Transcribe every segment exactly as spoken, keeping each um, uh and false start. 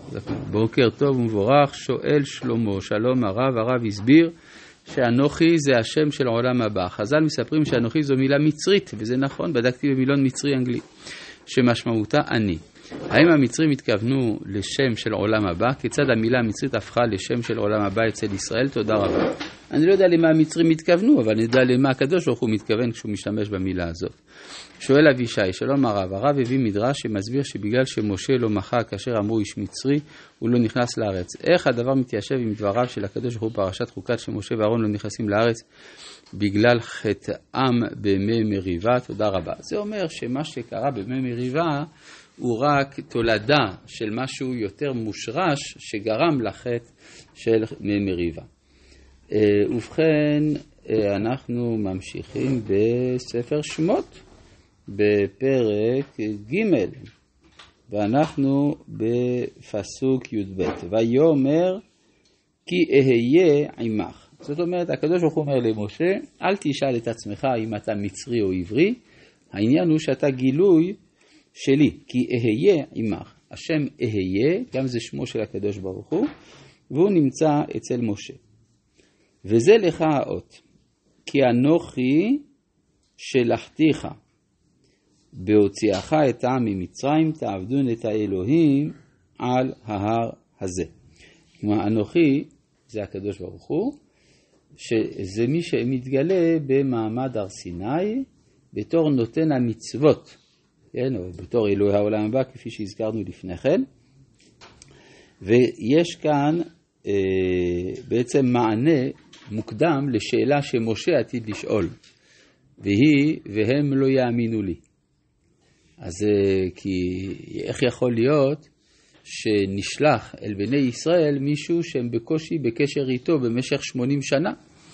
בוקר טוב ומבורך, שואל שלמה, שלום הרב, הרב הסביר שאנוכי זה השם של העולם הבא. חז"ל מספרים שאנוכי זו מילה מצרית, וזה נכון, בדקתי במילון מצרי אנגלי, שמשמעותה אני. האם המצרים התכוונו לשם של עולם הבא? כיצד המילה המצרית הפכה לשם של עולם הבא אצל ישראל? תודה רבה. אני לא יודע למה המצרים התכוונו, אבל אני יודע למה הקדוש ברוך הוא מתכוון כשהוא משתמש במילה הזאת. שואל אבישי, שלום הרב, הרב הביא מדרש שמסביר שבגלל שמשה לא מחה כאשר אמרו איש מצרי, הוא לא נכנס לארץ. איך הדבר מתיישב עם דבריו של הקדוש ברוך הוא פרשת חוקת שמשה ואהרון לא נכנסים לארץ בגלל חטאם בימי מריבה? תודה רבה. זה אומר שמה שקרה בימי מריבה הוא רק תולדה של משהו יותר מושרש שגרם לחטא של מריבה. ובכן, אנחנו ממשיכים בספר שמות, בפרק ג' ואנחנו בפסוק י' ב'. ויאמר כי אהיה עמך. זאת אומרת, הקדוש ברוך הוא אומר למשה, אל תשאל את עצמך אם אתה מצרי או עברי, העניין הוא שאתה גילוי שלי, כי אהיה עמך. השם אהיה, גם זה שמו של הקדוש ברוך הוא, והוא נמצא אצל משה. וזה לך האות, כי אנוכי שלחתיך, בהוציאך את העם ממצרים, תעבדון את האלוהים על ההר הזה. כלומר, אנוכי זה הקדוש ברוך הוא, שזה מי שמתגלה במעמד הר סיני, בתור נותן המצוות, כן, או בתור אלוהי העולם הבא, כפי שהזכרנו לפני כן. ויש כאן אה, בעצם מענה מוקדם לשאלה שמשה עתיד לשאול, והיא, והם לא יאמינו לי. אז כי איך יכול להיות שנשלח אל בני ישראל מישהו שהם בקושי בקשר איתו במשך שמונים שנה?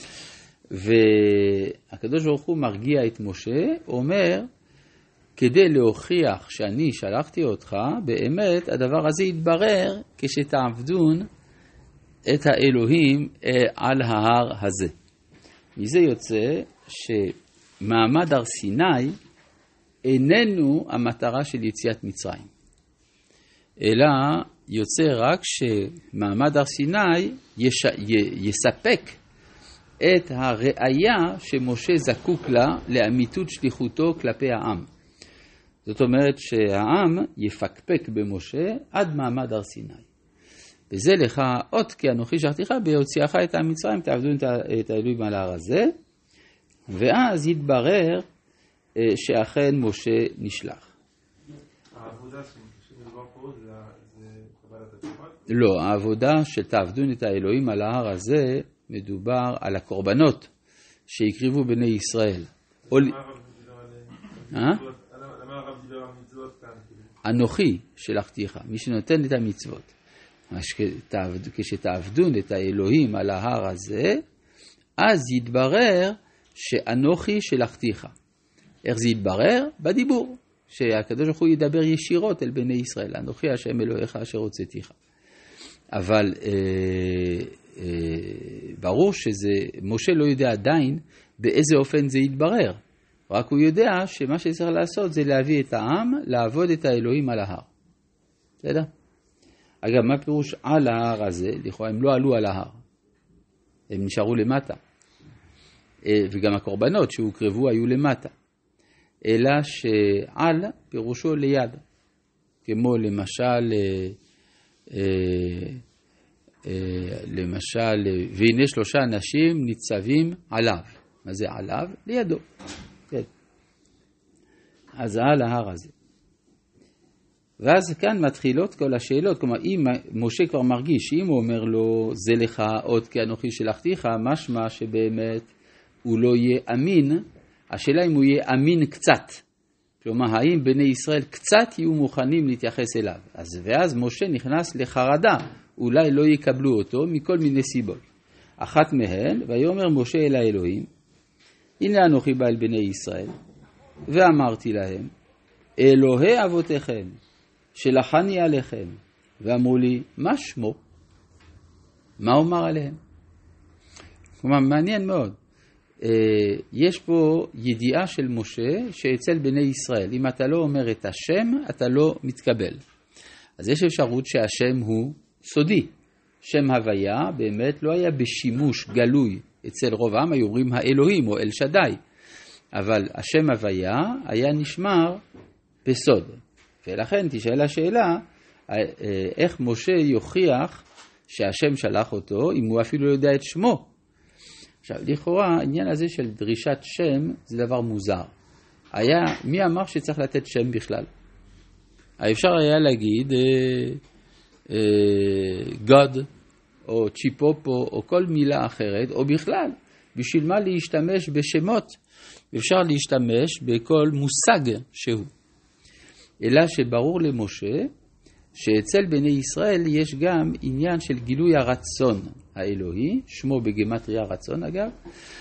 והקדוש ברוך הוא מרגיע את משה, אומר, כדי להוכיח שאני שלחתי אותך, באמת הדבר הזה יתברר כשתעבדון את האלוהים על ההר הזה. מזה יוצא שמעמד הר סיני איננו המטרה של יציאת מצרים, אלא יוצא רק שמעמד הר סיני יש, י, יספק את הראייה שמשה זקוק לה לאמיתות שליחותו כלפי העם. זאת אומרת שהעם יפקפק במשה עד מעמד הר סיני. וזה לך אות כי אנוכי שלחתיך בהוציאך את העם מצרים, תעבדון את האלוהים על ההר הזה, ואז יתברר שאכן משה נשלח. העבודה שמדובר פה זה קבלת התורה? לא, העבודה שתעבדון את האלוהים על ההר הזה מדובר על הקורבנות שהקריבו בני ישראל. למה הרב דיבר על מצוות כאן? אנוכי שלחתיך, מי שנותן את המצוות. כשתעבדון את האלוהים על ההר הזה, אז יתברר שאנוכי שלחתיך. איך זה יתברר? בדיבור, שהקדוש ברוך הוא ידבר ישירות אל בני ישראל, אנוכי השם אלוהיך אשר הוצאתיך. אבל אה, אה, ברור שזה, משה לא יודע עדיין באיזה אופן זה יתברר, רק הוא יודע שמה שצריך לעשות זה להביא את העם לעבוד את האלוהים על ההר. בסדר? אגב, מה פירוש על ההר הזה? לכאורה הם לא עלו על ההר, הם נשארו למטה, אה, וגם הקורבנות שהוקרבו היו למטה. אלא שעל פירושו ליד, כמו למשל, אה, אה, אה, למשל, והנה שלושה אנשים ניצבים עליו. מה זה עליו? לידו. כן. אז על ההר הזה. ואז כאן מתחילות כל השאלות, כלומר, אם משה כבר מרגיש, שאם הוא אומר לו, זה לך עוד כי אנוכי שלחתיך, משמע שבאמת הוא לא יהיה אמין. השאלה אם הוא יהיה אמין קצת, כלומר האם בני ישראל קצת יהיו מוכנים להתייחס אליו. אז ואז משה נכנס לחרדה, אולי לא יקבלו אותו מכל מיני סיבות. אחת מהן, ויאמר משה אל האלוהים, הנה אנוכי בא אל בני ישראל, ואמרתי להם, אלוהי אבותיכם, שלחני עליכם, ואמרו לי, מה שמו? מה אומר עליהם? כלומר, מעניין מאוד. יש פה ידיעה של משה שאצל בני ישראל, אם אתה לא אומר את השם, אתה לא מתקבל. אז יש אפשרות שהשם הוא סודי. שם הוויה באמת לא היה בשימוש גלוי אצל רוב העם, היו אומרים האלוהים או אל שדי. אבל השם הוויה היה נשמר בסוד. ולכן תשאל השאלה, איך משה יוכיח שהשם שלח אותו, אם הוא אפילו לא יודע את שמו. עכשיו, לכאורה, העניין הזה של דרישת שם זה דבר מוזר. היה, מי אמר שצריך לתת שם בכלל? אפשר היה להגיד אה, אה, God או צ'יפופו או כל מילה אחרת, או בכלל, בשביל מה להשתמש בשמות? אפשר להשתמש בכל מושג שהוא. אלא שברור למשה שאצל בני ישראל יש גם עניין של גילוי הרצון האלוהי, שמו בגמטריה רצון אגב,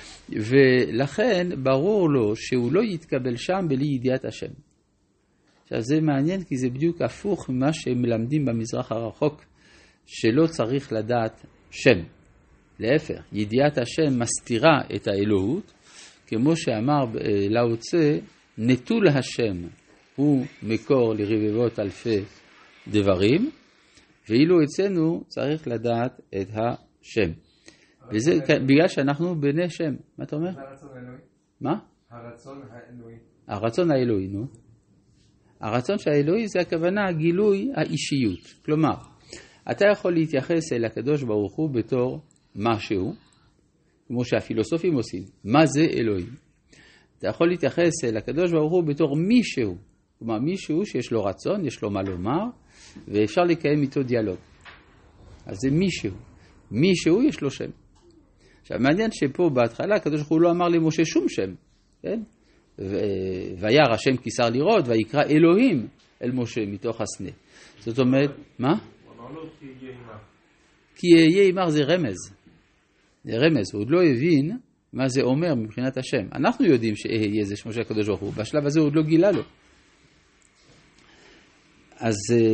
ולכן ברור לו שהוא לא יתקבל שם בלי ידיעת השם. עכשיו זה מעניין כי זה בדיוק הפוך ממה שהם מלמדים במזרח הרחוק, שלא צריך לדעת שם. להפך, ידיעת השם מסתירה את האלוהות, כמו שאמר לאו צה, נטול השם הוא מקור לרבבות אלפי דברים, ואילו אצלנו צריך לדעת את השם. וזה בגלל שאנחנו בני שם. מה אתה אומר? הרצון האלוהי. מה? הרצון האלוהי. הרצון האלוהי, נו. הרצון של האלוהי זה הכוונה גילוי האישיות. כלומר, אתה יכול להתייחס אל הקדוש ברוך הוא בתור משהו, כמו שהפילוסופים עושים. מה זה אלוהים? אתה יכול להתייחס אל הקדוש ברוך הוא בתור מישהו. כלומר, מישהו שיש לו רצון, יש לו מה לומר, ואפשר לקיים איתו דיאלוג. אז זה מישהו. מישהו יש לו שם. עכשיו, מעניין שפה בהתחלה הקדוש ברוך הוא לא אמר למשה שום שם, כן? וירא השם כי שר לראות, ויקרא אלוהים אל משה מתוך הסנה. זאת אומרת, מה? הוא אמר לו כי יהיה עימך. כי יהיה עימך זה רמז. זה רמז, הוא עוד לא הבין מה זה אומר מבחינת השם. אנחנו יודעים שאהיה זה שמו של הקדוש ברוך הוא, בשלב הזה הוא עוד לא גילה לו. אז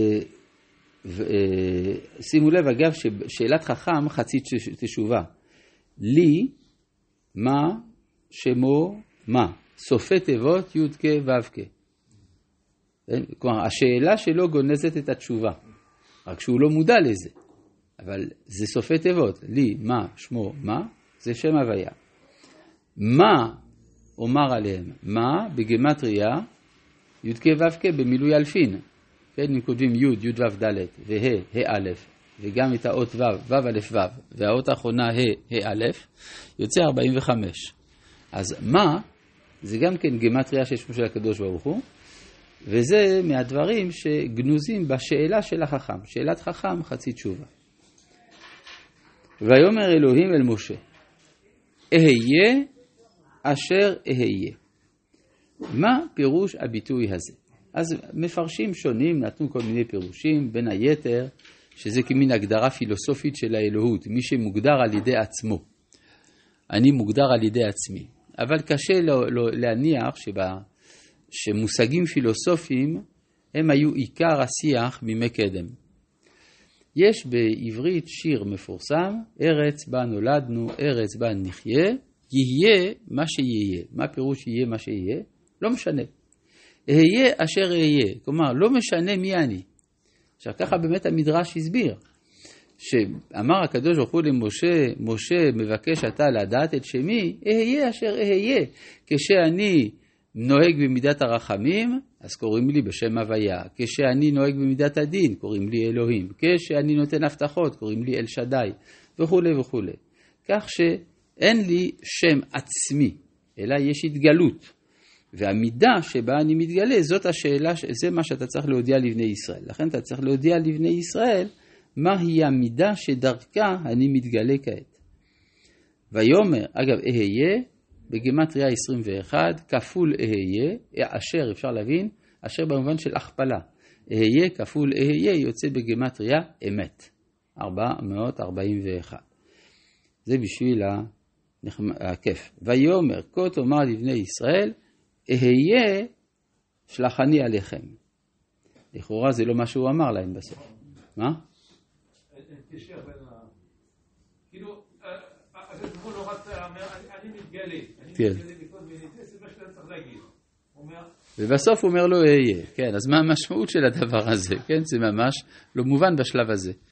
שימו לב אגב ששאלת חכם חצי תשובה. לי, מה, שמו, מה? סופי תיבות י' כ' ו' כ'. כלומר, השאלה שלו גונזת את התשובה. רק שהוא לא מודע לזה. אבל זה סופי תיבות. לי, מה, שמו, מה? זה שם הוויה. מה אומר עליהם? מה בגמטריה י' כ' ו' כ' במילוי אלפין. כן, אם כותבים י', י' ו' ד' וה', ה' א', וגם את האות ו', ו' א' ו', והאות האחרונה ה', ה' א', יוצא ארבעים וחמש. אז מה? זה גם כן גמטריה של שמו של הקדוש ברוך הוא, וזה מהדברים שגנוזים בשאלה של החכם. שאלת חכם חצי תשובה. ויאמר אלוהים אל משה, אהיה אשר אהיה. מה פירוש הביטוי הזה? אז מפרשים שונים נתנו כל מיני פירושים, בין היתר שזה כמין הגדרה פילוסופית של האלוהות, מי שמוגדר על ידי עצמו. אני מוגדר על ידי עצמי. אבל קשה לא, לא, להניח שבה, שמושגים פילוסופיים הם היו עיקר השיח מימי קדם. יש בעברית שיר מפורסם, ארץ בה נולדנו, ארץ בה נחיה, יהיה מה שיהיה. מה פירוש יהיה מה שיהיה? לא משנה. אהיה אשר אהיה, כלומר לא משנה מי אני. עכשיו ככה באמת המדרש הסביר, שאמר הקדוש ברוך הוא למשה, משה מבקש אתה לדעת את שמי, אהיה אשר אהיה. כשאני נוהג במידת הרחמים, אז קוראים לי בשם הוויה. כשאני נוהג במידת הדין, קוראים לי אלוהים. כשאני נותן הבטחות, קוראים לי אל שדי, וכו' וכו'. כך שאין לי שם עצמי, אלא יש התגלות. והמידה שבה אני מתגלה, זאת השאלה, זה מה שאתה צריך להודיע לבני ישראל. לכן אתה צריך להודיע לבני ישראל, מהי המידה שדרכה אני מתגלה כעת. ויאמר, אגב, אהיה, בגמטריה עשרים ואחת, כפול אהיה, אשר אפשר להבין, אשר במובן של הכפלה. אהיה כפול אהיה יוצא בגמטריה אמת. ארבע מאות ארבעים ואחת. זה בשביל הכיף. ויאמר, כה תאמר לבני ישראל, אהיה שלחני עליכם. לכאורה זה לא מה שהוא אמר להם בסוף. מה? תשאר בין ה... כאילו, הקדוש לא רצה, אני מתגלה. אני מתגלה בכל מיני, זה מה שאתה צריך להגיד. הוא אומר, ובסוף הוא אומר לו אהיה. כן, אז מה המשמעות של הדבר הזה? כן, זה ממש לא מובן בשלב הזה.